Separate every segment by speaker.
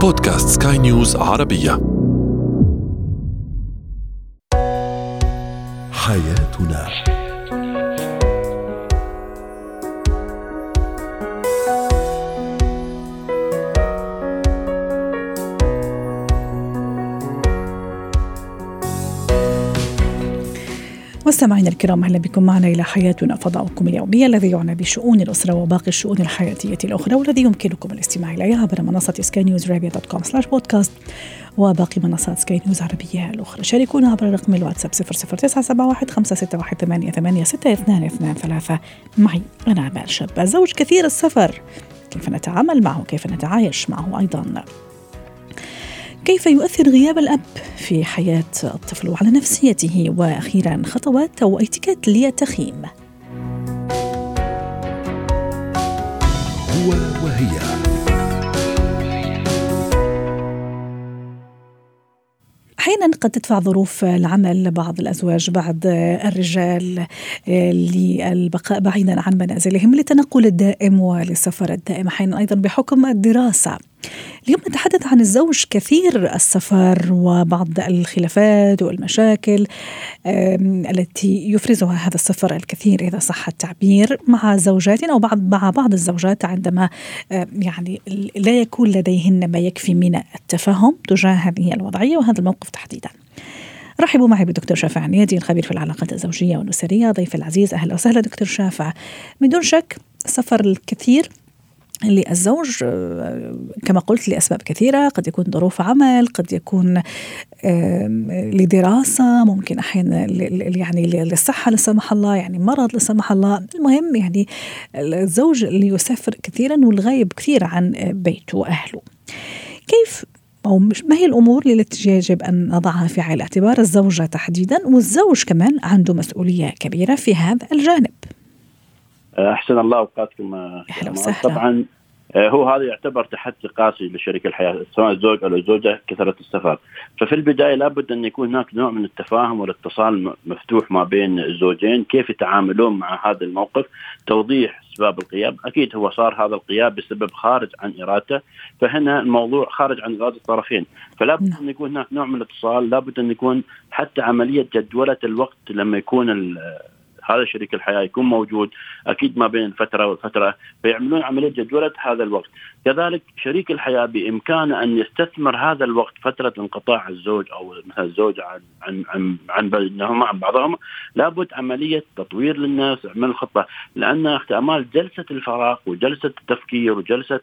Speaker 1: بودكاست سكاي نيوز عربية. حياتنا.
Speaker 2: مستمعينا الكرام، أهلا بكم معنا إلى حياتنا، فضاؤكم اليومي الذي يعنى بشؤون الأسرة وباقي الشؤون الحياتية الأخرى، والذي يمكنكم الاستماع إليه عبر منصة skynewsarabia.com/podcast وباقي منصات سكاي نيوز عربية الأخرى. شاركونا عبر رقم الواتساب 00971 561 886223. معي أنا عمال شابة. زوج كثير السفر، كيف نتعامل معه؟ كيف نتعايش معه؟ أيضا كيف يؤثر غياب الأب في حياة الطفل وعلى نفسيته؟ وأخيرا خطوات أو اتيكيت للتخييم.
Speaker 1: هو وهي.
Speaker 2: أحيانا قد تدفع ظروف العمل بعض الأزواج، بعض الرجال، للبقاء بعيدا عن منازلهم، للتنقل الدائم وللسفر الدائم، أحيانا أيضا بحكم الدراسة. اليوم نتحدث عن الزوج كثير السفر وبعض الخلافات والمشاكل التي يفرزها هذا السفر الكثير، إذا صح التعبير، مع زوجاتنا أو مع بعض الزوجات، عندما يعني لا يكون لديهن ما يكفي من التفاهم تجاه هذه الوضعية وهذا الموقف تحديدا. رحبوا معي بالدكتور شافع عنيدي، الخبير في العلاقات الزوجية والأسرية، ضيف العزيز. أهلا وسهلا دكتور شافع. من دون شك السفر الكثير للزوج كما قلت لأسباب كثيرة، قد يكون ظروف عمل، قد يكون لدراسة، ممكن أحيانا يعني للصحة لا سمح الله، يعني مرض لا سمح الله. المهم يعني الزوج اللي يسافر كثيرا والغايب كثير عن بيته وأهله. كيف أو ما هي الأمور التي يجب أن نضعها في عين الاعتبار؟ الزوجة تحديدا والزوج كمان عنده مسؤولية كبيرة في هذا الجانب.
Speaker 3: أحسن الله أوقاتكم. طبعا هو هذا يعتبر تحدي قاسي لشريك الحياة، سواء الزوج أو الزوجة، كثرة السفر. ففي البداية لابد أن يكون هناك نوع من التفاهم والاتصال مفتوح ما بين الزوجين، كيف يتعاملون مع هذا الموقف، توضيح أسباب الغياب. أكيد هو صار هذا الغياب بسبب خارج عن إرادته، فهنا الموضوع خارج عن إرادة الطرفين، فلابد أن يكون هناك نوع من الاتصال. لابد أن يكون حتى عملية جدولة الوقت لما يكون هذا شريك الحياة يكون موجود، أكيد ما بين الفترة والفترة، فيعملون عملية جدولة هذا الوقت. كذلك شريك الحياة بإمكانه أن يستثمر هذا الوقت، فترة انقطاع الزوج أو مثلا الزوجة عن بينهما عن بعضهم، لابد عملية تطوير للناس، عمل الخطة، لأن احتمال جلسة الفراغ وجلسة التفكير وجلسة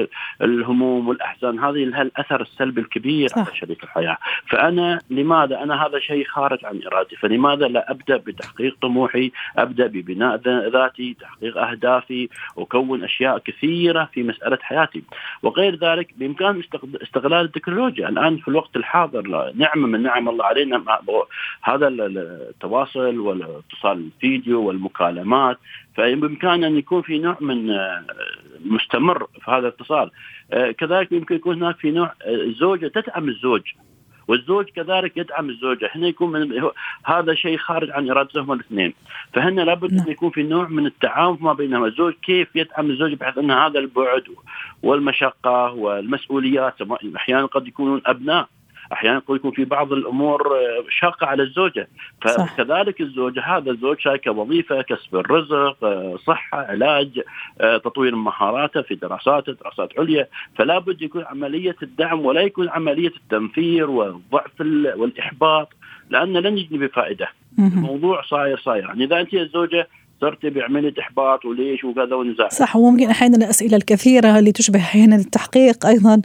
Speaker 3: الهموم والأحزان هذه لها الأثر السلبي الكبير على شريك الحياة. فأنا لماذا هذا شيء خارج عن إرادتي، فلماذا لا أبدأ بتحقيق طموحي، أبدأ ببناء ذاتي، تحقيق أهدافي، وكون أشياء كثيرة في مسألة حياتي وغير ذلك. بإمكان استغلال التكنولوجيا الآن في الوقت الحاضر، نعمة من نعم الله علينا هذا التواصل والاتصال الفيديو والمكالمات، فبإمكان أن يكون في نوع من مستمر في هذا الاتصال. كذلك يمكن يكون هناك في نوع الزوجة تدعم الزوج والزوج كذلك يدعم الزوجة، هنا يكون هذا شيء خارج عن إرادتهم الاثنين، فهنا لابد أن يكون في نوع من التعاون ما بينهم. الزوج كيف يدعم الزوج بحيث أن هذا البعد والمشقة والمسؤوليات، أحيانا قد يكونون أبناء، أحيانا قد يكون في بعض الأمور شاقة على الزوجة، فكذلك الزوجة هذا الزوج شايك وظيفة، كسب الرزق، صحة، علاج، تطوير مهاراته في دراسات عليا، فلا بد يكون عملية الدعم ولا يكون عملية التنفير والضعف والإحباط، لأن لن يجني بفائدة. الموضوع صاير يعني إذا أنت الزوجة صرت بعملية إحباط وليش وكذا ونزاع.
Speaker 2: صح، وممكن أحيانا الأسئلة الكثيرة اللي تشبه أحيانا التحقيق أيضا،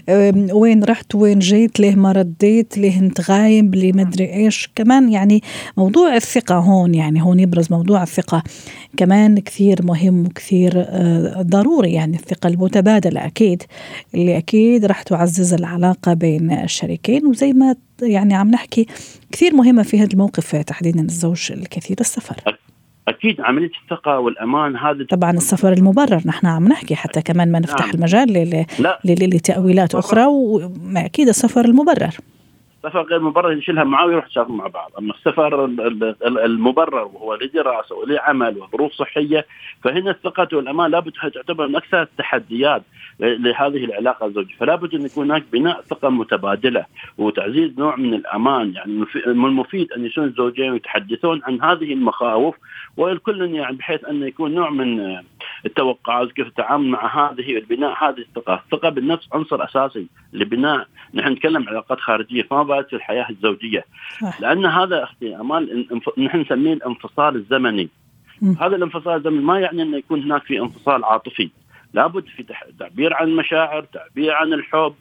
Speaker 2: وين رحت، وين جيت، ليه ما رديت، ليه انت غايب، ليه ما أدري إيش. كمان يعني موضوع الثقة هون يبرز موضوع الثقة كمان كثير مهم وكثير ضروري، يعني الثقة المتبادلة أكيد اللي أكيد راح تعزز العلاقة بين الشريكين، وزي ما يعني عم نحكي كثير مهمة في هذا الموقف تحديدا الزوج الكثير السفر.
Speaker 3: أكيد عملية الثقة والأمان هذا
Speaker 2: طبعا السفر المبرر، نحن عم نحكي حتى كمان ما نفتح المجال لتأويلات أخرى، وما أكيد السفر المبرر.
Speaker 3: السفر غير مبرر يشيلها معاه ويروح يسافر مع بعض. أما السفر المبرر وهو لدراسة ولعمل وظروف صحية، فهنا الثقة والأمان لابد تعتبر من أكثر التحديات لهذه العلاقة الزوجية. فلا بد أن يكون هناك بناء ثقة متبادلة وتعزيز نوع من الأمان. يعني من المفيد أن يكون الزوجين يتحدثون عن هذه المخاوف والكل يعني بحيث أن يكون نوع من التوقعات كيف التعامل مع هذه البناء هذه الثقة بالنفس عنصر أساسي لبناء. نحن نتكلم عن علاقات خارجية فما بالك في الحياة الزوجية، لأن هذا أختي أمال نحن نسميه الانفصال الزمني. هذا الانفصال الزمني ما يعني أن يكون هناك في انفصال عاطفي، لابد في تعبير عن المشاعر، تعبير عن الحب.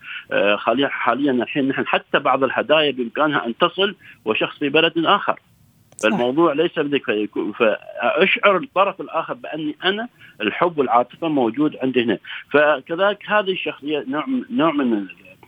Speaker 3: حاليا الحين نحن حتى بعض الهدايا بإمكانها أن تصل وشخص في بلد آخر. فالموضوع ليس بدك فأشعر الطرف الآخر بأني أنا الحب والعاطفة موجود عندي هنا. فكذلك هذه الشخصية نوع من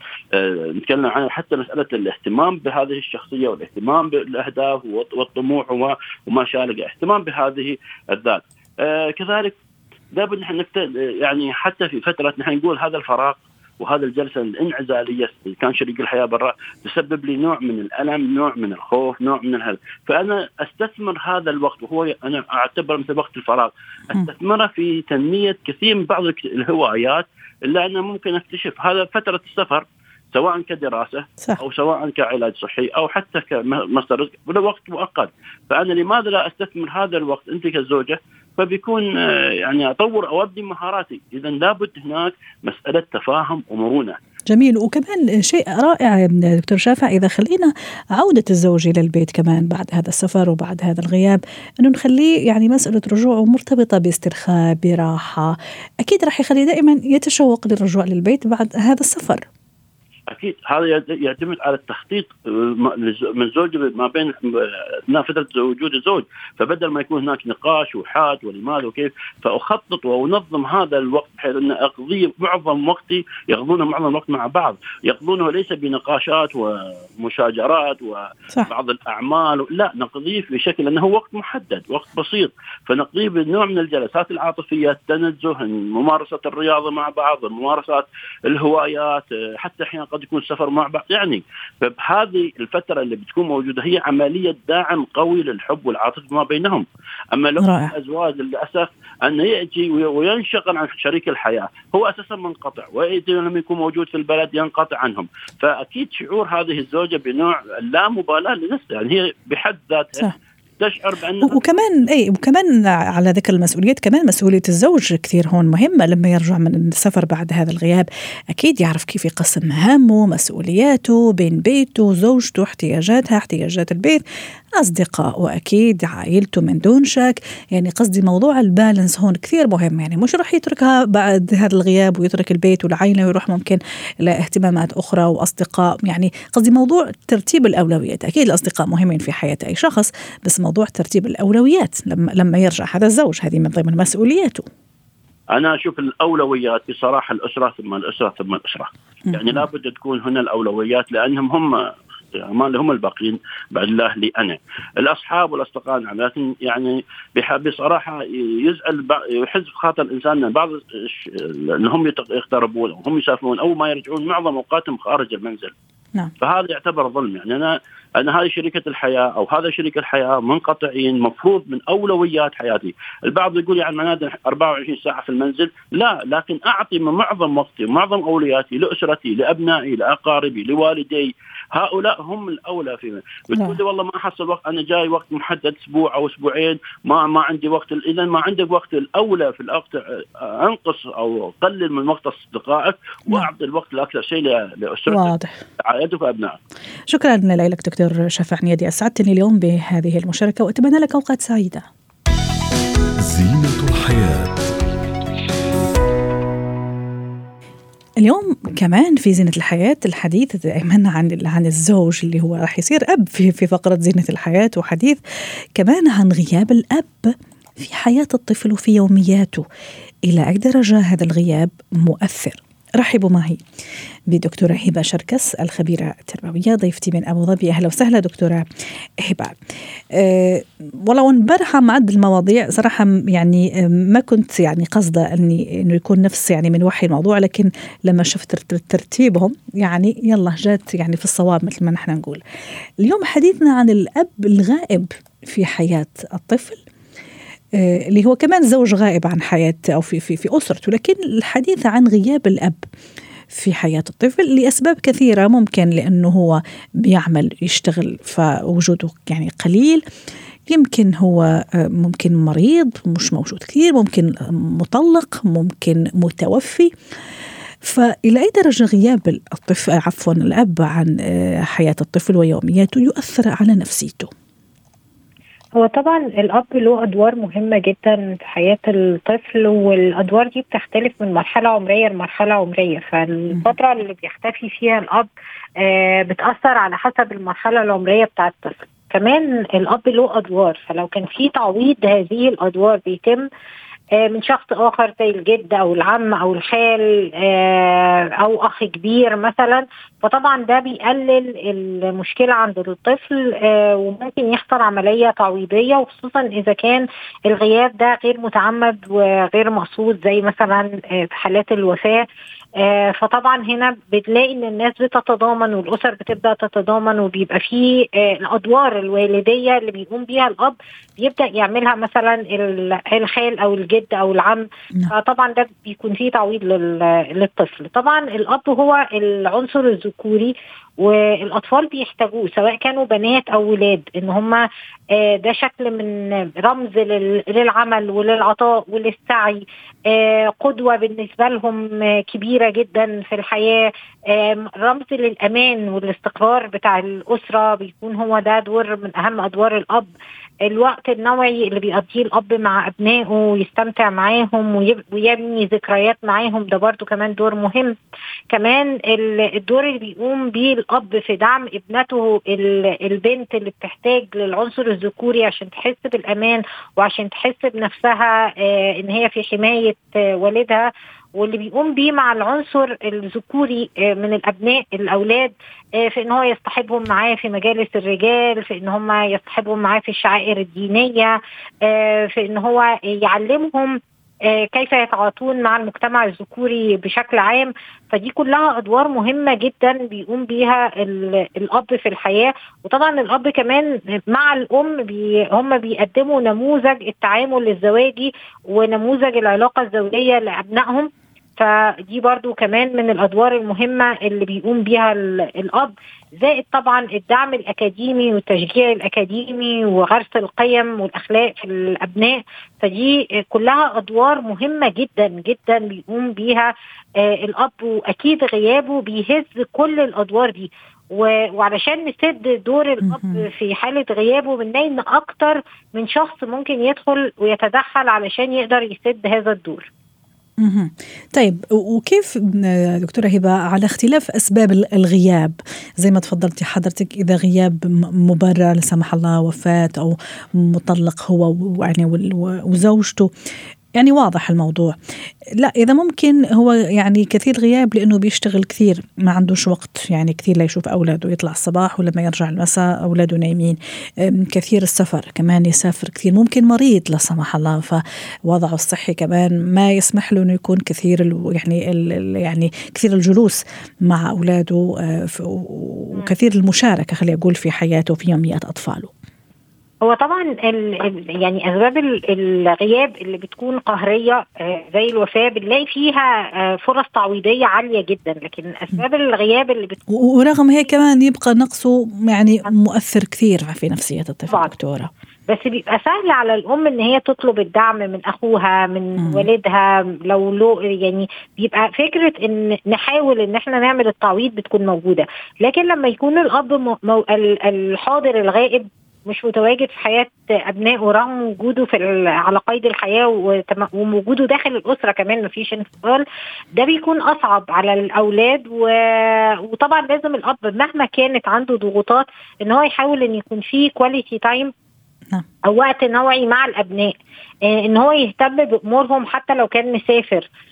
Speaker 3: نتكلم عنه، حتى مسألة الاهتمام بهذه الشخصية والاهتمام بالأهداف والطموح وما شابه، اهتمام بهذه الذات. كذلك لابد نحن يعني حتى في فترة نحن نقول هذا الفراغ وهذا الجلسة الانعزالية كان شريك الحياة برا تسبب لي نوع من الألم، نوع من الخوف، نوع من الهل. فأنا أستثمر هذا الوقت، وهو أنا أعتبر مثل وقت الفراغ أستثمره في تنمية كثير من بعض الهوايات اللي أنا ممكن أكتشف. هذا فترة السفر سواء كدراسة أو سواء كعلاج صحي أو حتى كمصدر رزق وله وقت مؤقت. فأنا لماذا لا أستثمر هذا الوقت أنت كزوجة؟ فبيكون يعني أطور أو أبني مهاراتي. إذا لابد هناك مسألة تفاهم ومرونة.
Speaker 2: جميل. وكمان شيء رائع دكتور شافع، إذا خلينا عودة الزوج إلى البيت كمان بعد هذا السفر وبعد هذا الغياب، أنه نخليه يعني مسألة رجوعه مرتبطة باسترخاء براحة، أكيد رح يخليه دائما يتشوق للرجوع للبيت بعد هذا السفر.
Speaker 3: أكيد هذا يعتمد على التخطيط من زوج ما بين فترة وجود الزوج. فبدل ما يكون هناك نقاش وحاد ولماذا وكيف، فأخطط وأنظم هذا الوقت بحيث أن أقضي معظم وقتي، يقضون معظم الوقت مع بعض، يقضونه ليس بنقاشات ومشاجرات وبعض الأعمال، لا نقضيه بشكل أنه وقت محدد، وقت بسيط، فنقضيه بنوع من الجلسات العاطفية، التنزه، ممارسة الرياضة مع بعض، ممارسة الهوايات، حتى حين قد يكون سفر مع بعض. يعني فبهذه الفترة اللي بتكون موجودة هي عملية داعم قوي للحب والعاطفة ما بينهم. أما لو الأزواج للأسف أن يأتي وينشغل عن شريك الحياة، هو أساسا منقطع، ويأتي لما يكون موجود في البلد ينقطع عنهم، فأكيد شعور هذه الزوجة بنوع لا مبالاة لنفسها، يعني هي بحد ذاتها تشعر بأن
Speaker 2: وكمان على ذكر المسؤوليات، كمان مسؤولية الزوج كثير هون مهمة. لما يرجع من السفر بعد هذا الغياب أكيد يعرف كيف يقسم مهامه، مسؤولياته بين بيته، زوجته، احتياجاتها، احتياجات البيت، أصدقاء، وأكيد عائلته من دون شك. يعني قصدي موضوع البالانس هون كثير مهم، يعني مش رح يتركها بعد هذا الغياب ويترك البيت والعائلة ويروح ممكن لاهتمامات أخرى وأصدقاء. يعني قصدي موضوع ترتيب الأولويات. أكيد الأصدقاء مهمين في حياة أي شخص، بس موضوع ترتيب الأولويات لما يرجع هذا الزوج هذه من ضمن مسؤولياته.
Speaker 3: أنا أشوف الأولويات بصراحة الأسرة ثم الأسرة ثم الأسرة. يعني لابد تكون هنا الأولويات، لأنهم هم الباقين بعد الله لي أنا. الأصحاب والأصدقاء لكن يعني بصراحة يزعل ويحز خاطر الإنسان من بعض أنهم يقتربون وهم يسافرون أو ما يرجعون معظم أوقاتهم خارج المنزل. فهذا يعتبر ظلم. يعني أنا هذه شريكة الحياة أو هذا شريك الحياة منقطعين، مفروض من أولويات حياتي. البعض يقول يعني منادر 24 ساعة في المنزل، لا، لكن أعطي من معظم وقتي ومعظم أولوياتي لأسرتي، لأبنائي، لأقاربي، لوالدي. هؤلاء هم الأولى فينا. بتقول لي والله ما حصل وقت، أنا جاي وقت محدد أسبوع أو أسبوعين، ما عندي وقت. إذا ما عندك وقت، الأولى في الوقت أنقص أو قلل من وقت أصدقائك وأعطي الوقت الأكثر شيء لأسرتك، عائلتك وأبنائك.
Speaker 2: شكرا لك دكتور شافع نيادي، أسعدتني اليوم بهذه المشاركة وأتمنى لك أوقات سعيدة.
Speaker 1: زينة الحياة.
Speaker 2: اليوم كمان في زينة الحياة الحديث دائما عن الزوج اللي هو راح يصير أب في فقرة زينة الحياة، وحديث كمان عن غياب الأب في حياة الطفل وفي يومياته، إلى أي درجة هذا الغياب مؤثر. رحبوا معي بدكتورة هبة شركس الخبيرة التربوية ضيفتي من أبو ظبي. أهلا وسهلا دكتورة هبة. ولو انبارحة معد المواضيع صراحة يعني ما كنت يعني قصدة إنه يكون نفس يعني من وحي الموضوع، لكن لما شفت ترتيبهم يعني يلا جات يعني في الصواب مثل ما نحن نقول. اليوم حديثنا عن الأب الغائب في حياة الطفل، اللي هو كمان زوج غائب عن حياته أو في أسرته، لكن الحديث عن غياب الأب في حياة الطفل لأسباب كثيرة. ممكن لأنه هو بيعمل يشتغل فوجوده يعني قليل، يمكن هو ممكن مريض مش موجود كثير، ممكن مطلق، ممكن متوفي. فإلى أي درجة غياب الأب عن حياة الطفل ويومياته يؤثر على نفسيته؟
Speaker 4: هو طبعا الأب له أدوار مهمة جدا في حياة الطفل، والأدوار دي بتختلف من مرحلة عمرية لمرحلة عمرية. فالفترة اللي بيختفي فيها الأب بتأثر على حسب المرحلة العمرية بتاعة الطفل. كمان الأب له أدوار، فلو كان في تعويض هذه الأدوار بيتم من شخص آخر زي الجد أو العم أو الخال أو أخ كبير مثلا، فطبعا ده بيقلل المشكلة عند الطفل وممكن يحصل عملية تعويضية، وخصوصا إذا كان الغياب ده غير متعمد وغير مقصود زي مثلا في حالات الوفاة. فطبعا هنا بتلاقي ان الناس بتتضامن والاسر بتبدا تتضامن، وبيبقى فيه الادوار الوالديه اللي بيقوم بيها الاب بيبدا يعملها مثلا الخال او الجد او العم. فطبعا ده بيكون فيه تعويض للطفل. طبعا الاب هو العنصر الذكوري والأطفال بيحتاجوه سواء كانوا بنات أو ولاد، إن هم ده شكل من رمز للعمل وللعطاء وللسعي، قدوة بالنسبة لهم كبيرة جدا في الحياة، رمز للأمان والاستقرار بتاع الأسرة. بيكون هو ده دور من أهم أدوار الأب. الوقت النوعي اللي بيقضيه الأب مع أبنائه، يستمتع معاهم ويبني ذكريات معاهم، ده برضو كمان دور مهم. كمان الدور اللي بيقوم بيه الأب في دعم ابنته البنت اللي بتحتاج للعنصر الذكوري عشان تحس بالأمان وعشان تحس بنفسها إن هي في حماية والدها، واللي بيقوم بيه مع العنصر الذكوري من الأبناء الأولاد في إن هو يصطحبهم معاه في مجالس الرجال، في إن هم يصطحبهم معاه في الشعائر الدينية، في إن هو يعلمهم كيف يتعاطون مع المجتمع الذكوري بشكل عام. فدي كلها أدوار مهمة جدا بيقوم بيها الأب في الحياة. وطبعا الأب كمان مع الأم هم بيقدموا نموذج التعامل الزواجي ونموذج العلاقة الزوجية لأبنائهم. فدي برضو كمان من الأدوار المهمة اللي بيقوم بيها الأب، زائد طبعا الدعم الأكاديمي والتشجيع الأكاديمي وغرس القيم والأخلاق في الأبناء. فدي كلها أدوار مهمة جدا جدا بيقوم بيها الأب، وأكيد غيابه بيهز كل الأدوار دي. وعلشان نسد دور الأب في حالة غيابه بنلاقي إن أكتر من شخص ممكن يدخل ويتدخل علشان يقدر يسد هذا الدور.
Speaker 2: طيب، وكيف دكتورة هبة على اختلاف أسباب الغياب زي ما تفضلتي حضرتك، إذا غياب مبرر لا سمح الله، وفاة أو مطلق هو يعني وزوجته، يعني واضح الموضوع. لا، إذا ممكن هو يعني كثير غياب لأنه بيشتغل كثير، ما عندوش وقت يعني كثير لا يشوف أولاده، يطلع الصباح ولما يرجع المساء أولاده نايمين. كثير السفر، كمان يسافر كثير، ممكن مريض لا سمح الله فوضعه الصحي كمان ما يسمح له إنه يكون كثير يعني كثير الجلوس مع أولاده، وكثير المشاركة خلي أقول في حياته في يوميات أطفاله.
Speaker 4: هو طبعا يعني أسباب الغياب اللي بتكون قهرية زي الوفاة بنلاقي فيها فرص تعويضية عالية جدا، لكن أسباب الغياب اللي بتكون
Speaker 2: ورغم هيك كمان يبقى نقصه يعني مؤثر كثير في نفسية الطفل دكتورة.
Speaker 4: بس بيبقى سهل على الأم إن هي تطلب الدعم من أخوها من والدها، لو يعني بيبقى فكرة إن نحاول إن احنا نعمل التعويض بتكون موجودة. لكن لما يكون الأب الحاضر الغائب مش متواجد في حياة أبنائه رغم وجوده على قيد الحياة ووجوده داخل الأسرة كمان مفيش انفصال، ده بيكون أصعب على الأولاد. وطبعا لازم الأب مهما كانت عنده ضغوطات إن هو يحاول إن يكون فيه كواليتي تايم أو وقت نوعي مع الأبناء، إن هو يهتم بأمورهم حتى لو كان مسافر،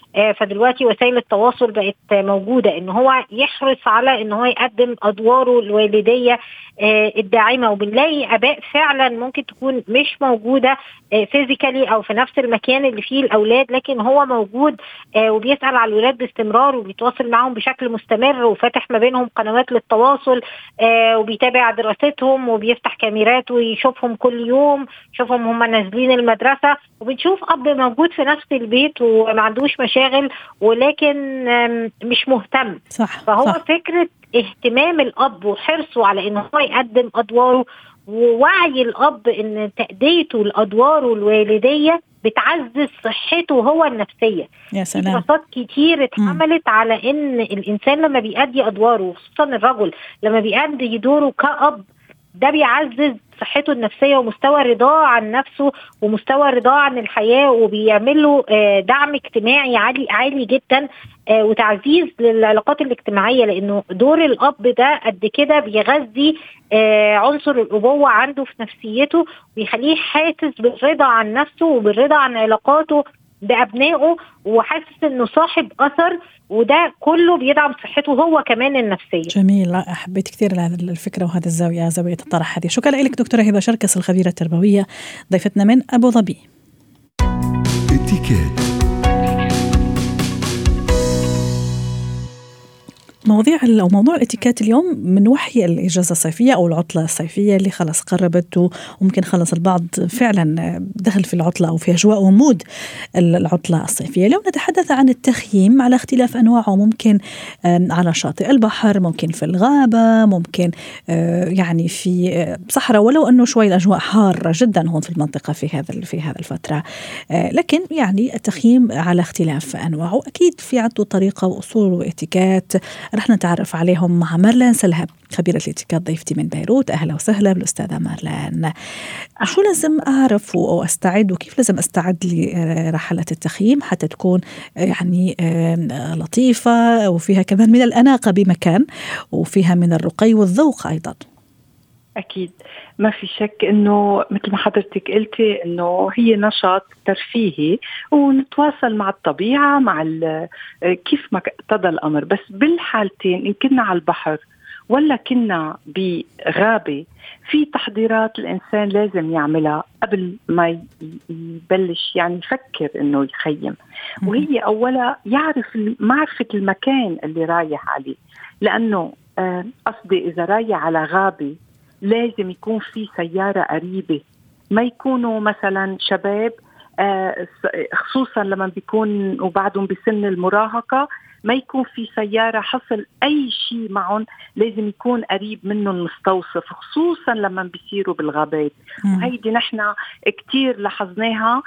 Speaker 4: فدلوقتي وسائل التواصل بقت موجودة إن هو يحرص على إن هو يقدم أدواره الوالدية الداعمة. وبنلاقي آباء فعلا ممكن تكون مش موجودة فيزيكالي أو في نفس المكان اللي فيه الأولاد، لكن هو موجود وبيسأل على الولاد باستمرار وبيتواصل معهم بشكل مستمر وفاتح ما بينهم قنوات للتواصل وبيتابع دراستهم وبيفتح كاميرات ويشوفهم كل يوم، يشوفهم هم نازلين المدرسة. وبنشوف أب موجود في نفس البيت وما عندوش مشاغل ولكن مش مهتم.
Speaker 2: صح.
Speaker 4: فهو
Speaker 2: صح.
Speaker 4: فكرة اهتمام الأب وحرصه على إنه هو يقدم أدواره، ووعي الأب إن تأديته لأدواره الوالدية بتعزز صحته هو النفسية.
Speaker 2: يا سلام.
Speaker 4: دراسات كتير اتعملت على إن الإنسان لما بيأدي أدواره، وخصوصا الرجل لما بيأدي دوره كأب، ده بيعزز صحته النفسية ومستوى رضاه عن نفسه ومستوى رضاه عن الحياة، وبيعمله دعم اجتماعي عالي جدا وتعزيز للعلاقات الاجتماعية، لأنه دور الأب ده قد كده بيغذي عنصر الأبوة عنده في نفسيته ويخليه حاسس بالرضا عن نفسه وبالرضا عن علاقاته بأبنائه وحاسس إنه صاحب أثر، وده كله بيدعم صحته هو كمان النفسية.
Speaker 2: جميل. حبيت كثير هذه الفكرة وهذه الزاوية، زاوية الطرح هذه. شكرا لك دكتورة هبة شركس، الخبيرة التربوية، ضيفتنا من أبو ظبي. موضوع الاتيكيت اليوم من وحي الإجازة الصيفية أو العطلة الصيفية اللي خلاص قربت، وممكن خلص البعض فعلا دخل في العطلة أو في أجواء ومود العطلة الصيفية. لو نتحدث عن التخييم على اختلاف أنواعه، ممكن على شاطئ البحر، ممكن في الغابة، ممكن يعني في صحراء، ولو أنه شوي الأجواء حارة جدا هون في المنطقة في هذا الفترة، لكن يعني التخييم على اختلاف أنواعه أكيد في عنده طريقة وأصول واتيكيت رح نتعرف عليهم مع مارلين سلهب، خبيرة الاتيكيت، ضيفتي من بيروت. أهلا وسهلا بالأستاذة مارلين. شو لازم أعرف أو أستعد، وكيف لازم أستعد لرحلة التخييم حتى تكون يعني لطيفة وفيها كمان من الأناقة بمكان وفيها من الرقي والذوق أيضا؟
Speaker 5: أكيد ما في شك إنه مثل ما حضرتك قلتي إنه هي نشاط ترفيهي ونتواصل مع الطبيعة مع كيف ما اقتضى الأمر. بس بالحالتين إن كنا على البحر ولا كنا بغابة، في تحضيرات الإنسان لازم يعملها قبل ما يبلش يعني يفكر إنه يخيم. وهي أولا يعرف معرفة المكان اللي رايح عليه، لأنه قصدي إذا رايح على غابة لازم يكون في سيارة قريبة، ما يكونوا مثلا شباب خصوصا لما بيكون وبعدهم بسن المراهقة، ما يكون في سيارة حصل أي شيء معهم، لازم يكون قريب منهم المستوصف خصوصا لما بيصيروا بالغابات. وهيدي نحن كتير لاحظناها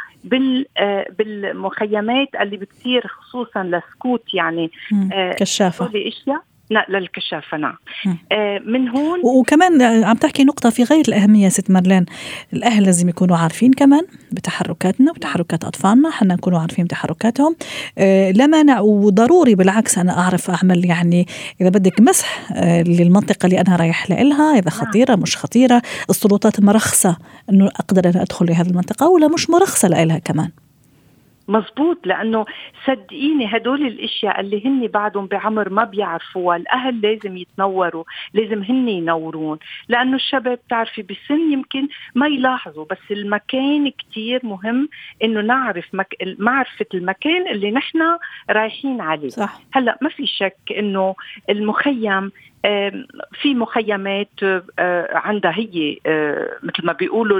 Speaker 5: بالمخيمات اللي بتصير خصوصا لسكوت يعني
Speaker 2: كشافة
Speaker 5: لا للكشافة. نعم. من هون
Speaker 2: وكمان عم تحكي نقطة في غاية الأهمية ست مارلين، الأهل لازم يكونوا عارفين كمان بتحركاتنا وتحركات أطفالنا، حنا نكونوا عارفين بتحركاتهم. لا مانع وضروري بالعكس أنا أعرف أعمل يعني إذا بدك مسح للمنطقة اللي أنا رايح لها، إذا خطيرة مش خطيرة، السلطات مرخصة أنه أقدر أنا أدخل لهذه المنطقة ولا مش مرخصة لها كمان.
Speaker 5: مزبوط، لأنه صدقيني هدول الاشياء اللي هن بعدهم بعمر ما بيعرفوها، الأهل لازم يتنوروا، لازم هن ينورون، لأنه الشباب تعرفي بسن يمكن ما يلاحظوا، بس المكان كتير مهم إنه نعرف معرفة المكان اللي نحن رايحين عليه.
Speaker 2: صح.
Speaker 5: هلأ ما في شك إنه المخيم في مخيمات عندها هي مثل ما بيقولوا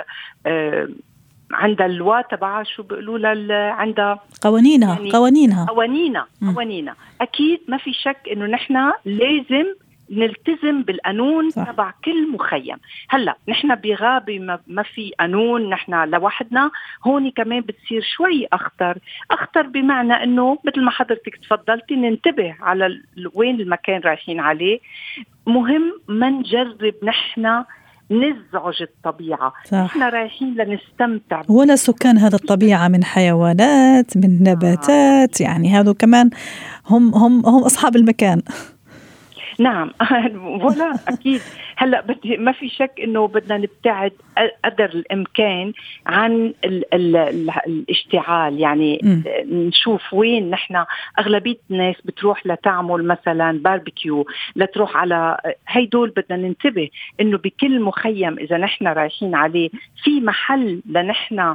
Speaker 5: عند الوا تبعها شو بيقولوا عندها
Speaker 2: قوانينها
Speaker 5: يعني قوانينها. أكيد ما في شك إنه نحن لازم نلتزم بالقانون تبع كل مخيم. هلا نحن بغابة ما في قانون، نحن لوحدنا، هون كمان بتصير شوي أخطر بمعنى إنه مثل ما حضرتك تفضلتي ننتبه على وين المكان رايحين عليه. مهم ما نجرب نحن نزعج الطبيعة. احنا رايحين لنستمتع
Speaker 2: ولا سكان هذا الطبيعة من حيوانات من نباتات يعني هذا كمان هم أصحاب المكان.
Speaker 5: نعم ولا أكيد. هلأ ما في شك إنه بدنا نبتعد قدر الإمكان عن الاشتعال، يعني نشوف وين نحن أغلبية الناس بتروح لتعمل مثلا باربيكيو، لتروح على هيدول. بدنا ننتبه إنه بكل مخيم إذا نحن رايحين عليه في محل لنحن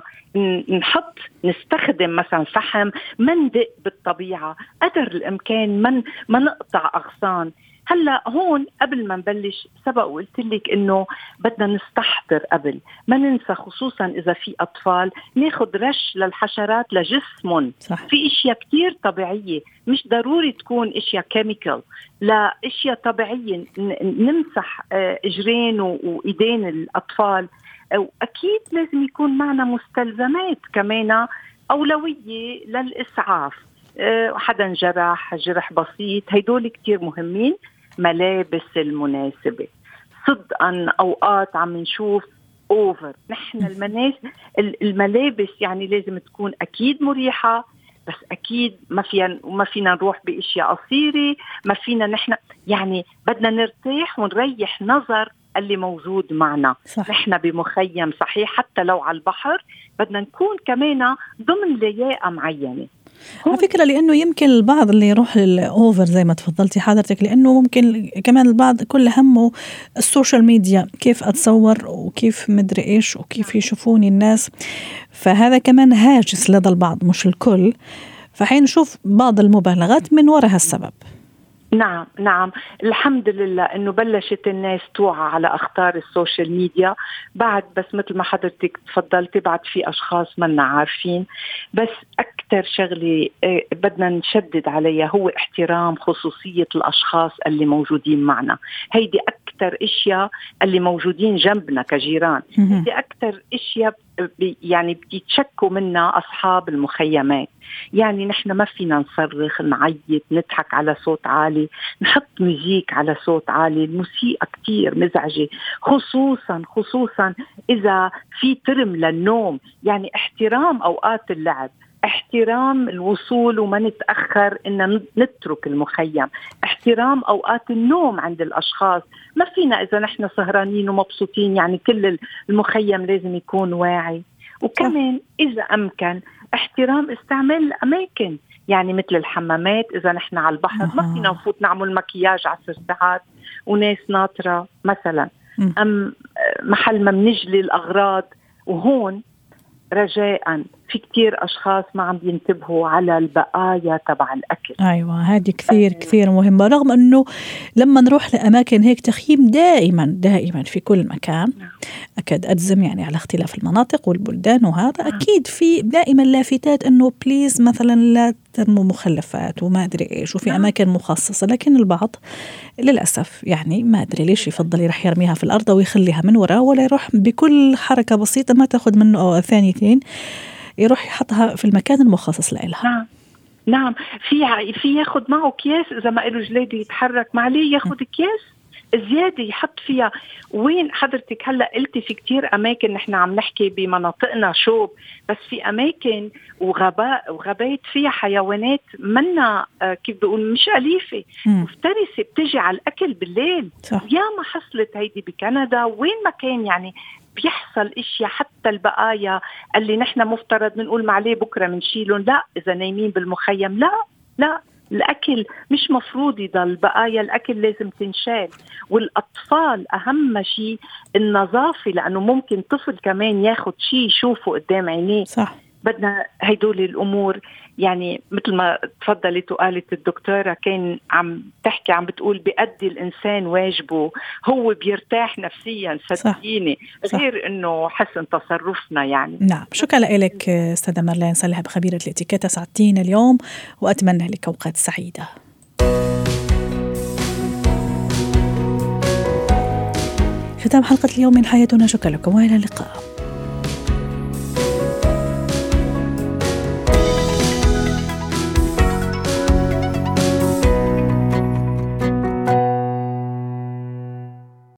Speaker 5: نستخدم مثلا فحم، ما ندق بالطبيعة قدر الإمكان، ما نقطع أغصان. هلا هون قبل ما نبلش سبق وقلت لك انه بدنا نستحضر قبل ما ننسى، خصوصا اذا في اطفال، ناخد رش للحشرات لجسمهم. في اشياء كتير طبيعيه، مش ضروري تكون اشياء كيميكال، لا اشياء طبيعيه. نمسح اجرين وايدين الاطفال. واكيد لازم يكون معنا مستلزمات كمان اولويه للاسعاف. حدا جرح بسيط، هيدول كتير مهمين. ملابس المناسبة. صدقا أوقات عم نشوف أوفر. نحن الملابس يعني لازم تكون أكيد مريحة، بس أكيد ما فينا نروح بأشياء قصيرة. ما فينا نحن يعني بدنا نرتاح ونريح نظر اللي موجود معنا. نحن بمخيم صحيح، حتى لو على البحر بدنا نكون كمان ضمن لياقة معينة.
Speaker 2: على فكرة لأنه يمكن البعض اللي يروح للأوفر زي ما تفضلتي حضرتك، لأنه ممكن كمان البعض كل همه السوشيال ميديا، كيف أتصور وكيف مدري إيش وكيف يشوفوني الناس، فهذا كمان هاجس لدى البعض مش الكل، فحين نشوف بعض المبالغات من وراء هالسبب.
Speaker 5: نعم الحمد لله انه بلشت الناس توعى على اخطار السوشيال ميديا. بعد بس مثل ما حضرتك تفضلتي، بعد في اشخاص منا عارفين. بس اكثر شغله بدنا نشدد عليها هو احترام خصوصيه الاشخاص اللي موجودين معنا. هيدي اكثر اشياء اللي موجودين جنبنا كجيران. هيدي اكثر اشياء يعني بيتشكوا منا أصحاب المخيمات. يعني نحن ما فينا نصرخ، نعيط، نضحك على صوت عالي، نحط مزيك على صوت عالي. الموسيقى كتير مزعجة، خصوصا إذا في ترم للنوم. يعني احترام أوقات اللعب، احترام الوصول وما نتأخر إن نترك المخيم، احترام أوقات النوم عند الأشخاص. ما فينا إذا نحن سهرانين ومبسوطين يعني كل المخيم لازم يكون واعي. وكمان إذا أمكن احترام استعمال الأماكن، يعني مثل الحمامات. إذا نحن على البحر ما فينا نفوت نعمل مكياج 10 ساعات وناس ناطرة مثلا، أم محل ما منجلي الأغراض. وهون رجاءً في كتير أشخاص ما عم ينتبهوا على البقايا تبع الأكل.
Speaker 2: أيوة هذه كثير مهمة، رغم أنه لما نروح لأماكن هيك تخييم دائما في كل مكان. أكاد أجزم يعني على اختلاف المناطق والبلدان، وهذا أكيد في دائما لافتات أنه بليز مثلا لا ترموا مخلفات وما أدري إيش، وفي أماكن مخصصة. لكن البعض للأسف يعني ما أدري ليش يفضل يروح يرميها في الأرض ويخليها من وراء، ولا يروح بكل حركة بسيطة ما تأخذ منه أو ثانيتين يروح يحطها في المكان المخصص لها.
Speaker 5: نعم في ياخد معه أكياس، إذا ما له جلاده يتحرك ما عليه ياخد أكياس زيادة يحط فيها. وين حضرتك هلأ قلتي في كتير أماكن، نحن عم نحكي بمناطقنا شوب، بس في أماكن وغابات فيها حيوانات منا كيف بقول مش أليفة، مفترسة، بتجي على الأكل بالليل. يا ما حصلت هيدي بكندا وين ما كان، يعني بيحصل اشياء. حتى البقايا اللي نحن مفترض بنقول معليه بكره منشيلهم، لا اذا نايمين بالمخيم لا الاكل مش مفروض يضل بقايا، الاكل لازم تنشال. والاطفال اهم شيء النظافه، لانه ممكن طفل كمان ياخد شيء يشوفه قدام عينيه. بدنا هيدول الامور. يعني مثل ما تفضلت وقالت الدكتورة، كان عم بتقول بيأدي الإنسان واجبه، هو بيرتاح نفسيا صدقيني، غير إنه حسن تصرفنا يعني.
Speaker 2: نعم، شكرا لك أستاذة مارلين سلهب خبيرة الاتيكيت، ساعدتينا اليوم وأتمنى لك أوقات سعيدة. ختام حلقة اليوم من حياتنا، شكرا لكم وإلى اللقاء.